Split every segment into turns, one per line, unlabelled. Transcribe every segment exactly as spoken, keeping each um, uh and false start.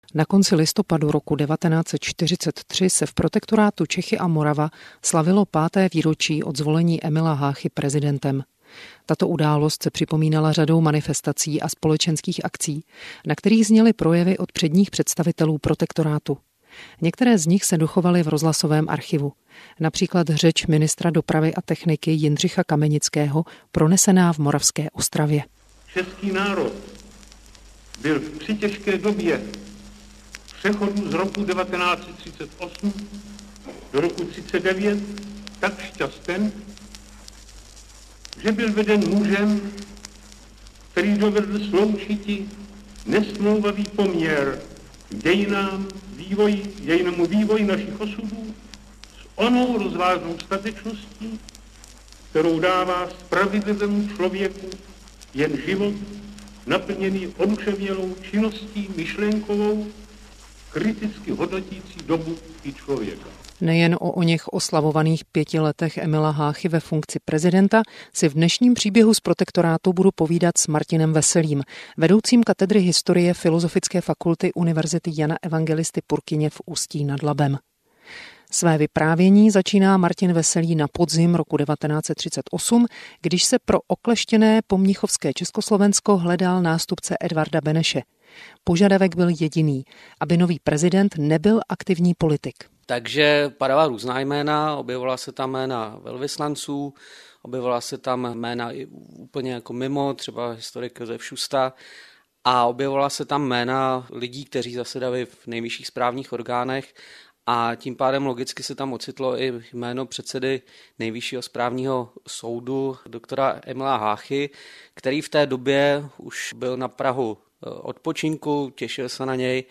Na konci listopadu roku devatenáct set čtyřicet tři se v protektorátu Čechy a Morava slavilo páté výročí od zvolení Emila Háchy prezidentem. Tato událost se připomínala řadou manifestací a společenských akcí, na kterých zněly projevy od předních představitelů protektorátu. Některé z nich se dochovaly v rozhlasovém archivu. Například řeč ministra dopravy a techniky Jindřicha Kamenického pronesená v Moravské Ostravě.
Český národ byl v přitěžké době přechodu z roku devatenáct set třicet osm do roku třicet devět tak šťasten, že byl veden mužem, který dovedl sloučiti nesmlouvavý poměr dějinám, vývoji, dějinému vývoji našich osudů s onou rozvážnou statečností, kterou dává spravedlivému člověku jen život naplněný oduševnělou činností myšlenkovou, kriticky hodnotící dobu i člověka.
Nejen o oněch oslavovaných pěti letech Emila Háchy ve funkci prezidenta si v dnešním příběhu z protektorátu budu povídat s Martinem Veselým, vedoucím katedry historie Filozofické fakulty Univerzity Jana Evangelisty Purkyně v Ústí nad Labem. Své vyprávění začíná Martin Veselý na podzim roku devatenáct set třicet osm, když se pro okleštěné pomnichovské Československo hledal nástupce Edvarda Beneše. Požadavek byl jediný, aby nový prezident nebyl aktivní politik.
Takže padala různá jména, objevovala se tam jména velvyslanců, objevovala se tam jména i úplně jako mimo, třeba historik Josef Šusta, a objevovala se tam jména lidí, kteří zasedali v nejvyšších správních orgánech, a tím pádem logicky se tam ocitlo i jméno předsedy nejvyššího správního soudu doktora Emila Háchy, který v té době už byl na prahu odpočinku, těšil se na něj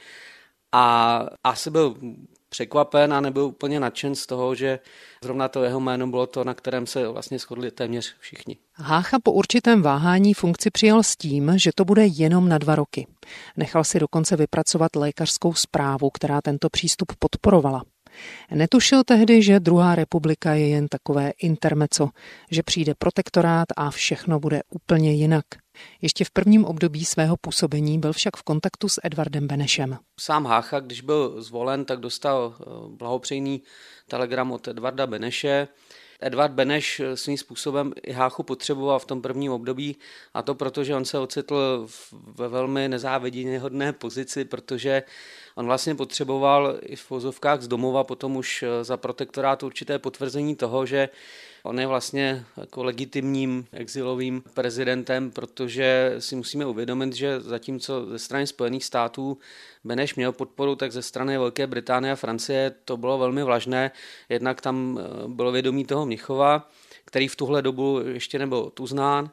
a asi byl překvapen a nebyl úplně nadšen z toho, že zrovna to jeho jméno bylo to, na kterém se vlastně shodli téměř všichni.
Hácha po určitém váhání funkci přijal s tím, že to bude jenom na dva roky. Nechal si dokonce vypracovat lékařskou zprávu, která tento přístup podporovala. Netušil tehdy, že druhá republika je jen takové intermezzo, že přijde protektorát a všechno bude úplně jinak. Ještě v prvním období svého působení byl však v kontaktu s Edvardem Benešem.
Sám Hácha, když byl zvolen, tak dostal blahopřejný telegram od Edvarda Beneše. Edvard Beneš svým způsobem i Háchu potřeboval v tom prvním období, a to proto, že on se ocitl ve velmi nezáviděníhodné pozici, protože on vlastně potřeboval i v vozovkách z domova potom už za protektorát určité potvrzení toho, že on je vlastně jako legitimním exilovým prezidentem, protože si musíme uvědomit, že zatímco ze strany Spojených států Beneš měl podporu, tak ze strany Velké Británie a Francie to bylo velmi vlažné. Jednak tam bylo vědomí toho Mnichova, který v tuhle dobu ještě nebyl uznán,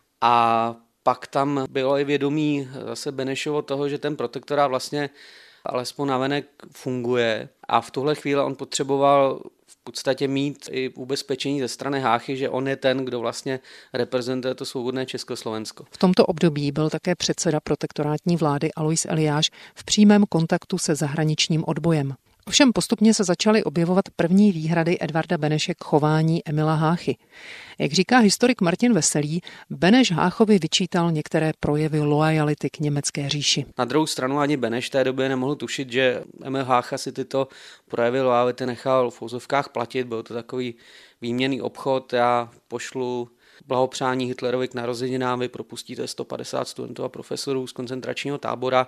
a pak tam bylo i vědomí zase Benešovo toho, že ten protektorát vlastně alespoň navenek funguje, a v tuhle chvíli on potřeboval v podstatě mít i ubezpečení ze strany Háchy, že on je ten, kdo vlastně reprezentuje to svobodné Československo.
V tomto období byl také předseda protektorátní vlády Alois Eliáš v přímém kontaktu se zahraničním odbojem. Ovšem postupně se začaly objevovat první výhrady Edvarda Beneše k chování Emila Háchy. Jak říká historik Martin Veselý, Beneš Háchovi vyčítal některé projevy loajality k německé říši.
Na druhou stranu ani Beneš v té době nemohl tušit, že Emil Hácha si tyto projevy loajality nechal v úzovkách platit. Byl to takový výměnný obchod, já pošlu blahopřání Hitlerovi k narozeninám, vy propustíte sto padesát studentů a profesorů z koncentračního tábora.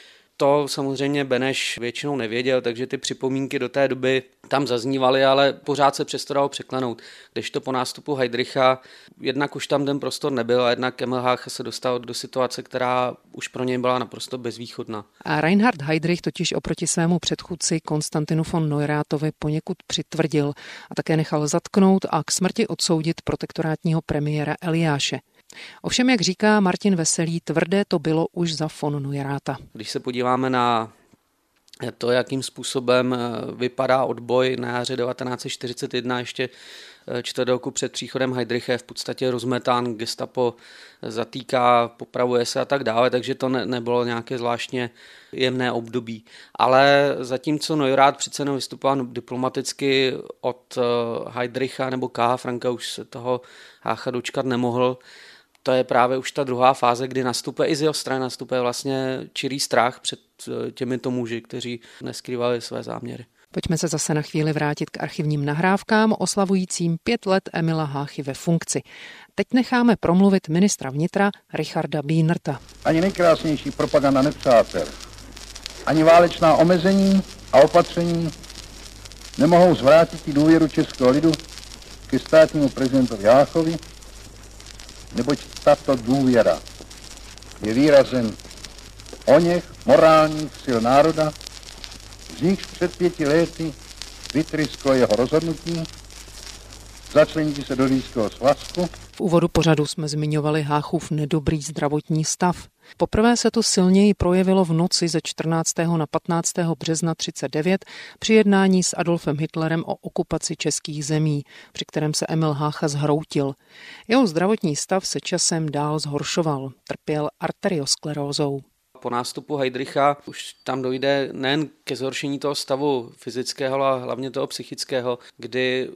To samozřejmě Beneš většinou nevěděl, takže ty připomínky do té doby tam zaznívaly, ale pořád se přesto dalo překlenout. Kdežto po nástupu Heydricha jednak už tam ten prostor nebyl a jednak Emil Hácha se dostal do situace, která už pro něj byla naprosto bezvýchodná.
A Reinhard Heydrich totiž oproti svému předchůdci Konstantinu von Neuráthovi poněkud přitvrdil a také nechal zatknout a k smrti odsoudit protektorátního premiéra Eliáše. Ovšem, jak říká Martin Veselý, tvrdé to bylo už za von Neurátha.
Když se podíváme na to, jakým způsobem vypadá odboj na jaře devatenáct set čtyřicet jedna, ještě čtvrt roku před příchodem Heydricha, je v podstatě rozmetán, gestapo zatýká, popravuje se a tak dále, takže to ne, nebylo nějaké zvláštně jemné období. Ale zatímco Neurath přece jenom vystupoval diplomaticky, od Heydricha nebo K. Franka už se toho Hácha dočkat nemohl, to je právě už ta druhá fáze, kdy nastupuje i z jeho strany, nastupuje vlastně čirý strach před těmito muži, kteří neskrývali své záměry.
Pojďme se zase na chvíli vrátit k archivním nahrávkám oslavujícím pět let Emila Háchy ve funkci. Teď necháme promluvit ministra vnitra Richarda Bienerta.
Ani nejkrásnější propaganda nepřátel, ani válečná omezení a opatření nemohou zvrátit důvěru českého lidu ke státnímu prezidentovi Háchovi, neboť tato důvěra je výrazem oněch morálních sil národa, z nichž před pěti lety vytrysklo jeho rozhodnutí začlenit se do Říšského svazku.
V úvodu pořadu jsme zmiňovali Háchův nedobrý zdravotní stav. Poprvé se to silněji projevilo v noci ze čtrnáctého na patnáctého března třicet devět při jednání s Adolfem Hitlerem o okupaci českých zemí, při kterém se Emil Hácha zhroutil. Jeho zdravotní stav se časem dál zhoršoval. Trpěl arteriosklerózou.
Po nástupu Heydricha už tam dojde nejen ke zhoršení toho stavu fyzického, ale hlavně toho psychického, kdy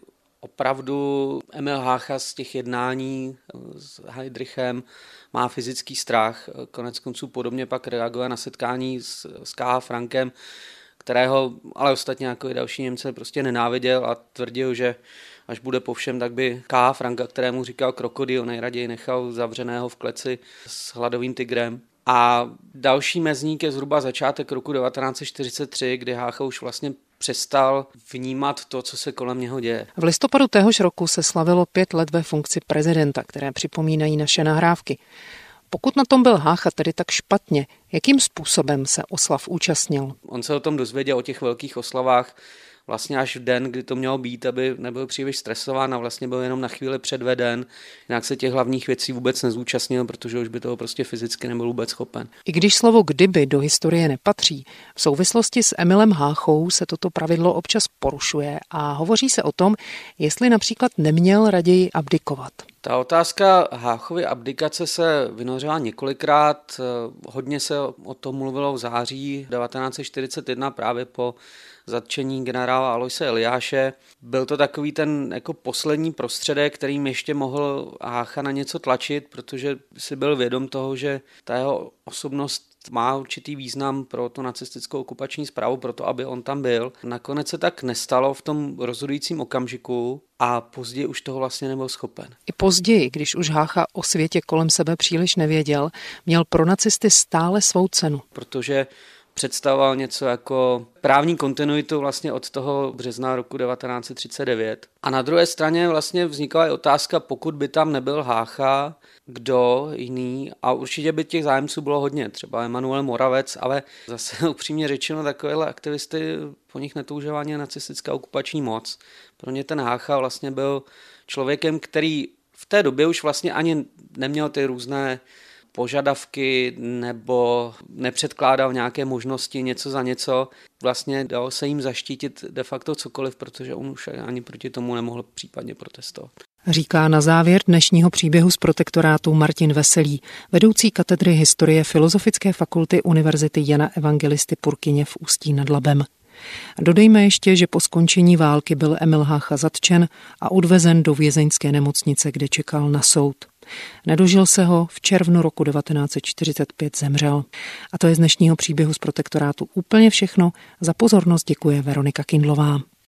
opravdu Emil Hácha z těch jednání s Heydrichem má fyzický strach. Konec konců podobně pak reaguje na setkání s, s K H. Frankem, kterého ale ostatně jako i další Němce prostě nenáviděl a tvrdil, že až bude po všem, tak by K H. Franka, kterému říkal krokodýl, nejraději nechal zavřeného v kleci s hladovým tygrem. A další mezník je zhruba začátek roku devatenáct set čtyřicet tři, kdy Hácha už vlastně přestal vnímat to, co se kolem něho děje.
V listopadu téhož roku se slavilo pět let ve funkci prezidenta, které připomínají naše nahrávky. Pokud na tom byl Hácha tedy tak špatně, jakým způsobem se oslav účastnil?
On se o tom dozvěděl, o těch velkých oslavách, vlastně až v den, kdy to mělo být, aby nebyl příliš stresován a vlastně byl jenom na chvíli předveden. Jinak se těch hlavních věcí vůbec nezúčastnil, protože už by toho prostě fyzicky nebyl vůbec schopen.
I když slovo kdyby do historie nepatří, v souvislosti s Emilem Háchou se toto pravidlo občas porušuje a hovoří se o tom, jestli například neměl raději abdikovat.
Ta otázka Háchovy abdikace se vynořila několikrát, hodně se o tom mluvilo v září devatenáct set čtyřicet jedna právě po zatčení generála Aloise Eliáše. Byl to takový ten jako poslední prostředek, kterým ještě mohl Hácha na něco tlačit, protože si byl vědom toho, že ta jeho osobnost má určitý význam pro tu nacistickou okupační správu, proto aby on tam byl. Nakonec se tak nestalo v tom rozhodujícím okamžiku a později už toho vlastně nebyl schopen.
I později, když už Hácha o světě kolem sebe příliš nevěděl, měl pro nacisty stále svou cenu.
Protože představoval něco jako právní kontinuitu vlastně od toho března roku devatenáct set třicet devět. A na druhé straně vlastně vznikala i otázka, pokud by tam nebyl Hácha, kdo jiný, a určitě by těch zájemců bylo hodně, třeba Emanuel Moravec, ale zase upřímně řečeno takovéhle aktivisty, po nich netoužila ani nacistická okupační moc. Pro ně ten Hácha vlastně byl člověkem, který v té době už vlastně ani neměl ty různé požadavky nebo nepředkládal nějaké možnosti něco za něco. Vlastně dalo se jim zaštítit de facto cokoliv, protože on už ani proti tomu nemohl případně protestovat.
Říká na závěr dnešního příběhu z protektorátu Martin Veselý, vedoucí katedry historie Filozofické fakulty Univerzity Jana Evangelisty Purkyně v Ústí nad Labem. Dodejme ještě, že po skončení války byl Emil Hácha zatčen a odvezen do vězeňské nemocnice, kde čekal na soud. Nedožil se ho, v červnu roku devatenáct set čtyřicet pět zemřel. A to je z dnešního příběhu z protektorátu úplně všechno. Za pozornost děkuje Veronika Kindlová.